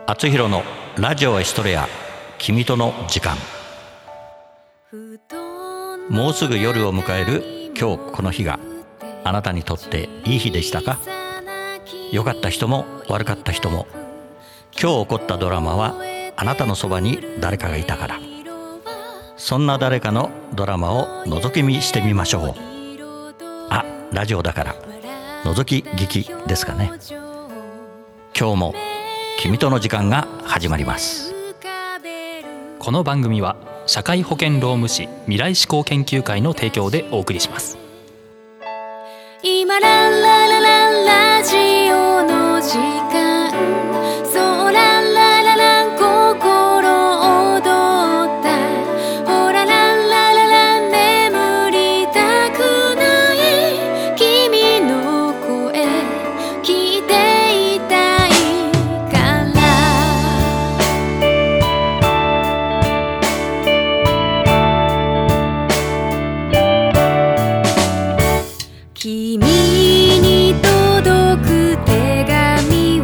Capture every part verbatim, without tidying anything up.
厚弘のラジオエストレア、君との時間。もうすぐ夜を迎える今日この日があなたにとっていい日でしたか？良かった人も悪かった人も、今日起こったドラマはあなたのそばに誰かがいたから。そんな誰かのドラマを覗き見してみましょう。あ、ラジオだから覗き聞きですかね。今日も君との時間が始まります。 この番組は社会保険労務士未来志向研究会の提供でお送りします。 今ランララランラジオの時間、そうランラララン心躍った、ほらランラララン眠りたくない君の声聞いていたいから君に届く手紙は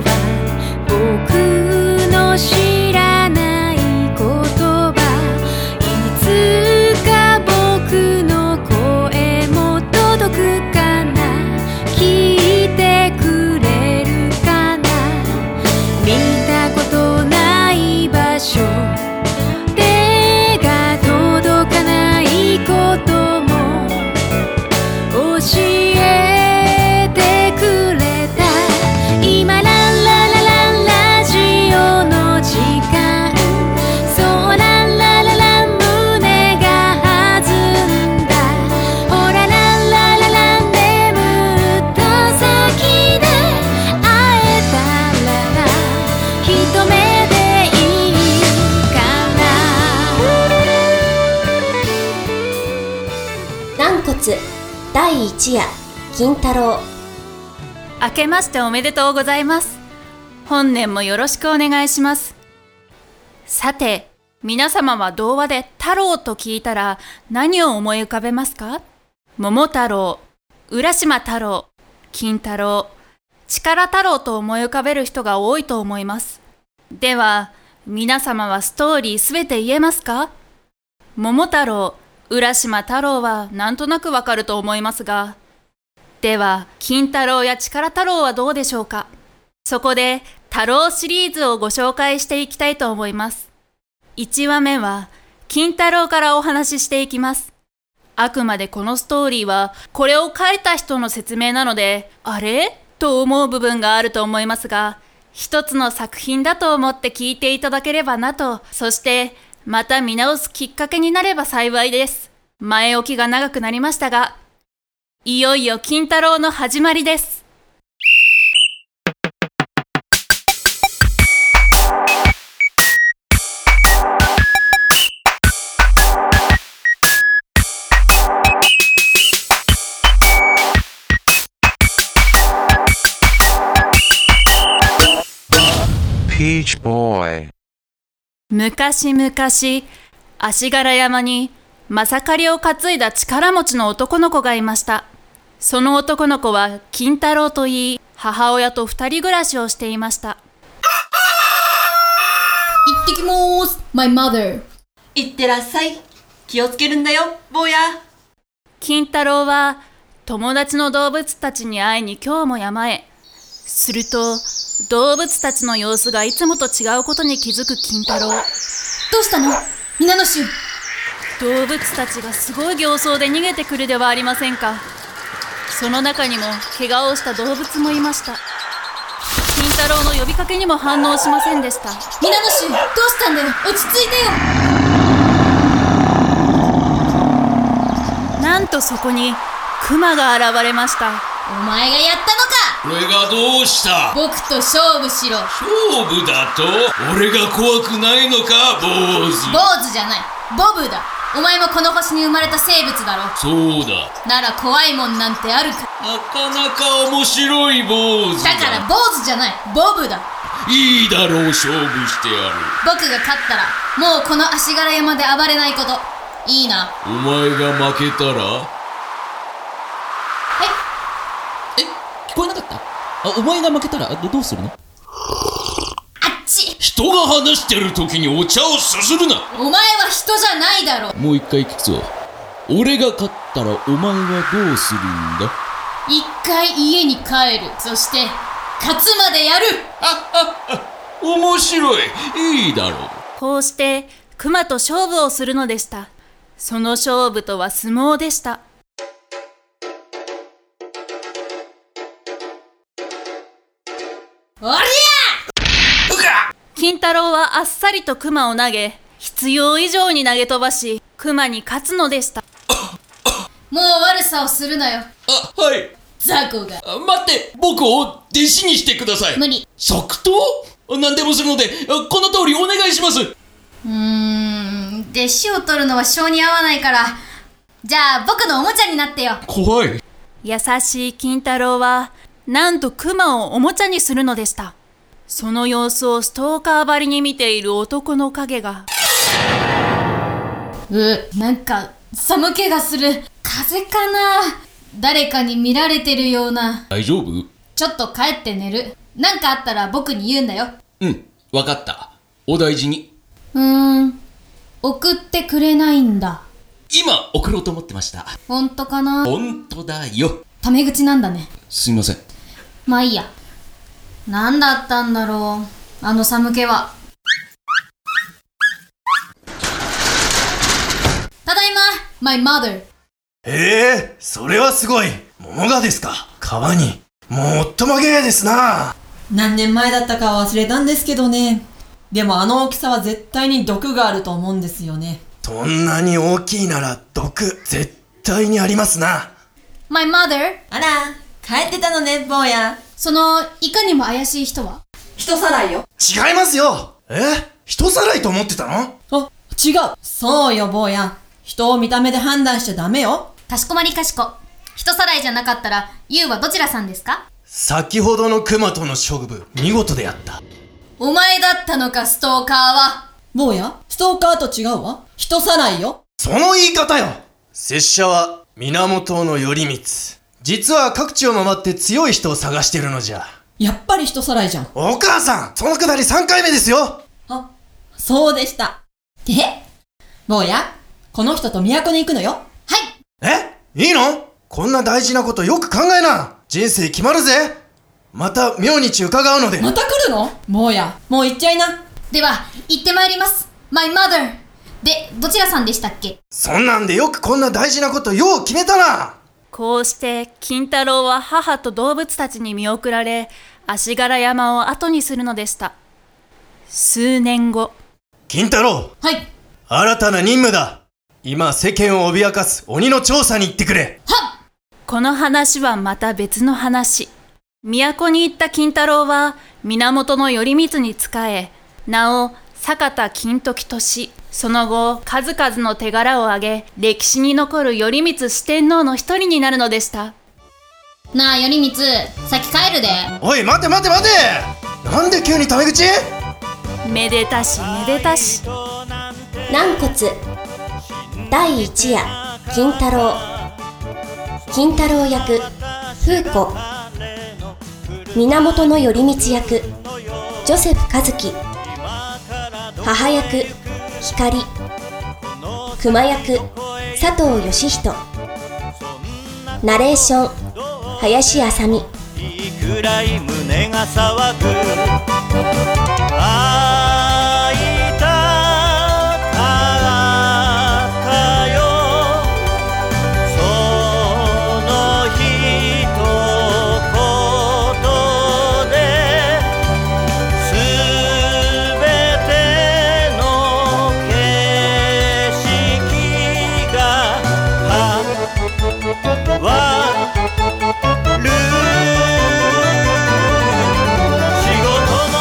僕の知らない言葉、いつか僕の声も届くかな、聞いてくれるかな、見たことない場所、手が届かないことも教えてくれた。今ランララランラジオの時間、そうランラララン胸が弾んだ、ほらランラララン眠った先で会えたら一目でいいかな。 軟骨だいいち夜金太郎。 明けましておめでとうございます。本年もよろしくお願いします。さて、皆様は童話で太郎と聞いたら何を思い浮かべますか？桃太郎、浦島太郎、金太郎、力太郎と思い浮かべる人が多いと思います。では、皆様はストーリーすべて言えますか？桃太郎、浦島太郎はなんとなくわかると思いますが、では金太郎や力太郎はどうでしょうか。そこで太郎シリーズをご紹介していきたいと思います。いちわめは金太郎からお話ししていきます。あくまでこのストーリーはこれを書いた人の説明なので、あれと思う部分があると思いますが、一つの作品だと思って聞いていただければなと、そしてまた見直すきっかけになれば幸いです。前置きが長くなりましたが、いよいよ金太郎の始まりです。 ピーチボーイ。 昔々、足柄山にまさかりを担いだ力持ちの男の子がいました。その男の子は金太郎といい、母親と二人暮らしをしていました。 行ってきまーす、my mother。 行ってらっしゃい。気をつけるんだよ、坊や。 金太郎は友達の動物たちに会いに今日も山へ。すると動物たちの様子がいつもと違うことに気づく金太郎。 どうしたの、皆の衆。 動物たちがすごい形相で逃げてくるではありませんか。その中にも怪我をした動物もいました。金太郎の呼びかけにも反応しませんでした。 皆の衆、どうしたんだよ、落ち着いてよ。 なんとそこにクマが現れました。 お前がやったのか。 俺がどうした。 僕と勝負しろ。 勝負だと。俺が怖くないのか、坊主。 坊主じゃない、ボブだ。お前もこの星に生まれた生物だろ。 そうだ。 なら怖いもんなんてあるか。 なかなか面白い坊主だ。 だから坊主じゃない、ボブだ。 いいだろう、勝負してやる。 僕が勝ったらもうこの足柄山で暴れないこと。いいな。 お前が負けたら。 はい。 え、聞こえなかった？あ、お前が負けたら ど, どうするの？ あっちち。 人が話してる時にお茶をすするな。 お前は人じゃないだろ。 もう一回聞くぞ。俺が勝ったらお前はどうするんだ？ 一回家に帰る。そして勝つまでやる。 面白い。いいだろう。 こうして熊と勝負をするのでした。その勝負とは相撲でした。 おりゃ！ 金太郎はあっさりと熊を投げ、必要以上に投げ飛ばし、熊に勝つのでした。 もう悪さをするなよ。 あ、はい。 雑魚が。 待って、僕を弟子にしてください。 無理。 即答？何でもするので、この通りお願いします。 うーん、弟子を取るのは性に合わないから、じゃあ僕のおもちゃになってよ。 怖い。 優しい金太郎は、なんと熊をおもちゃにするのでした。その様子をストーカーばりに見ている男の影が、 う、なんか寒気がする。風邪かな？誰かに見られてるような。 大丈夫？ ちょっと帰って寝る。なんかあったら僕に言うんだよ。 うん、わかった。お大事に。 うーん、送ってくれないんだ。 今送ろうと思ってました。 ほんとかな？ ほんとだよ。 タメ口なんだね。 すいません。 まあいいや。なんだったんだろう、あの寒気は。ただいま、my mother。 ええー、それはすごい。桃がですか？川に。もっともげーですな。 何年前だったかは忘れたんですけどね。でもあの大きさは絶対に毒があると思うんですよね。 そんなに大きいなら毒絶対にありますな。 my mother。 あら、帰ってたのね、坊や。 そのいかにも怪しい人は？ 人さらいよ。 違いますよ。え？人さらいと思ってたの？ あ、違う。そうよ、坊や。人を見た目で判断しちゃダメよ。 かしこまりかしこ。人さらいじゃなかったら、ユウはどちらさんですか？ 先ほどのクマとの勝負、見事であった。 お前だったのか、ストーカーは。 坊や、ストーカーと違うわ。人さらいよ。 その言い方よ。拙者は源頼光。実は各地を回って強い人を探してるのじゃ。 やっぱり人さらいじゃん。 お母さん、そのくだりさんかいめですよ。 あ、そうでした。え？坊や、この人と都に行くのよ。 はい。 え？いいの？こんな大事なことよく考えな。人生決まるぜ。また明日伺うので。 また来るの？坊や、もう行っちゃいな。 では、行ってまいります。my mother。で、どちらさんでしたっけ？ そんなんでよくこんな大事なことよう決めたな。 こうして金太郎は母と動物たちに見送られ、足柄山を後にするのでした。数年後。 金太郎。 はい。 新たな任務だ。今世間を脅かす鬼の調査に行ってくれ。 はっ。 この話はまた別の話。都に行った金太郎は源頼光に仕え、名を坂田金時とし、その後数々の手柄を挙げ、歴史に残る頼光四天王の一人になるのでした。 なあ頼光、先帰るで。 おい待て待て待て。なんで急にタメ口？ めでたしめでたし。 軟骨第一夜金太郎。金太郎役風子。源頼光役ジョセフ和樹。母役光。熊役佐藤義人。ナレーション林あさみ。 いいくらい胸が騒ぐ。会いたかったよ。その一言で全ての景色が変わる。仕事の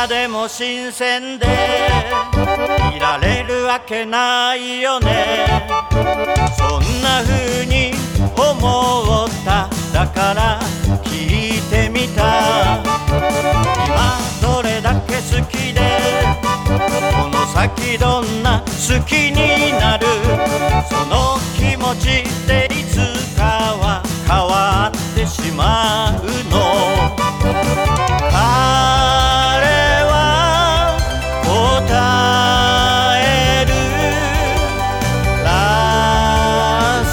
今でも新鮮でいられるわけないよね。そんな風に思っただから聞いてみた。今どれだけ好きでこの先どんな好きになる。その気持ちでいつかは変わってしまうの。彼は答えるラ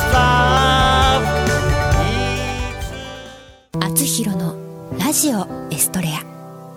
スト。 あつひろのラジオエストレア。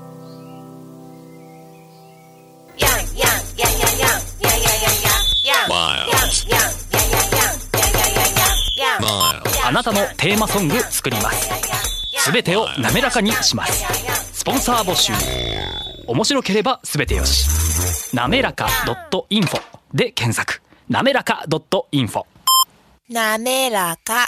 あなたのテーマソング作ります。すべてを滑らかにします。スポンサー募集。面白ければすべてよし。なめらか .info で検索。なめらか .info。 なめらか。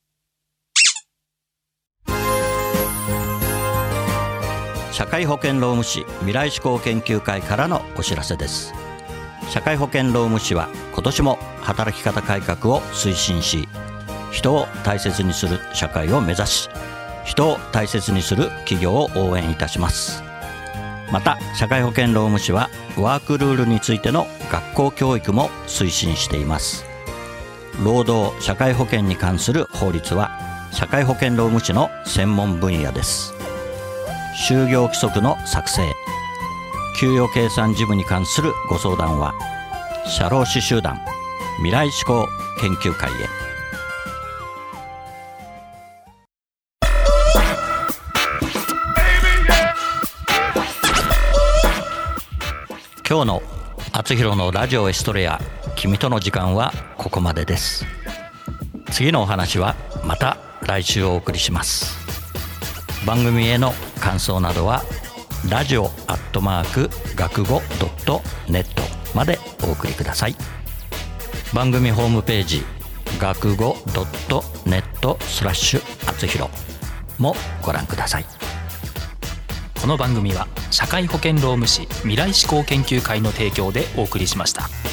社会保険労務士未来志向研究会からのお知らせです。社会保険労務士は今年も働き方改革を推進し、人を大切にする社会を目指し、人を大切にする企業を応援いたします。また社会保険労務士はワークルールについての学校教育も推進しています。労働社会保険に関する法律は社会保険労務士の専門分野です。就業規則の作成、給与計算事務に関するご相談は社労士集団未来志向研究会へ。今日のあつひろのラジオエストレア、君との時間はここまでです。次のお話はまた来週お送りします。番組への感想などはラジオアットマーク学語ドットネットまでお送りください。番組ホームページ学語ドットネットスラッシュあつひろもご覧ください。 この番組は社会保険労務士未来志向研究会の提供でお送りしました。